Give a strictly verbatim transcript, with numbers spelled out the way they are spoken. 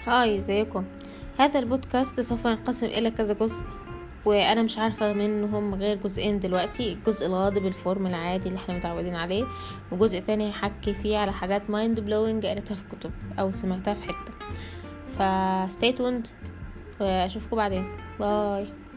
هاي، ازيكم؟ هذا البودكاست سوف ينقسم الى كذا جزء، وانا مش عارفه منهم غير جزئين دلوقتي. الجزء الغاضب الفورم العادي اللي احنا متعودين عليه، وجزء تاني هحكي فيه على حاجات مايند بلوينج قريتها في كتب او سمعتها في حته. فستay tuned واشوفكم بعدين. باي.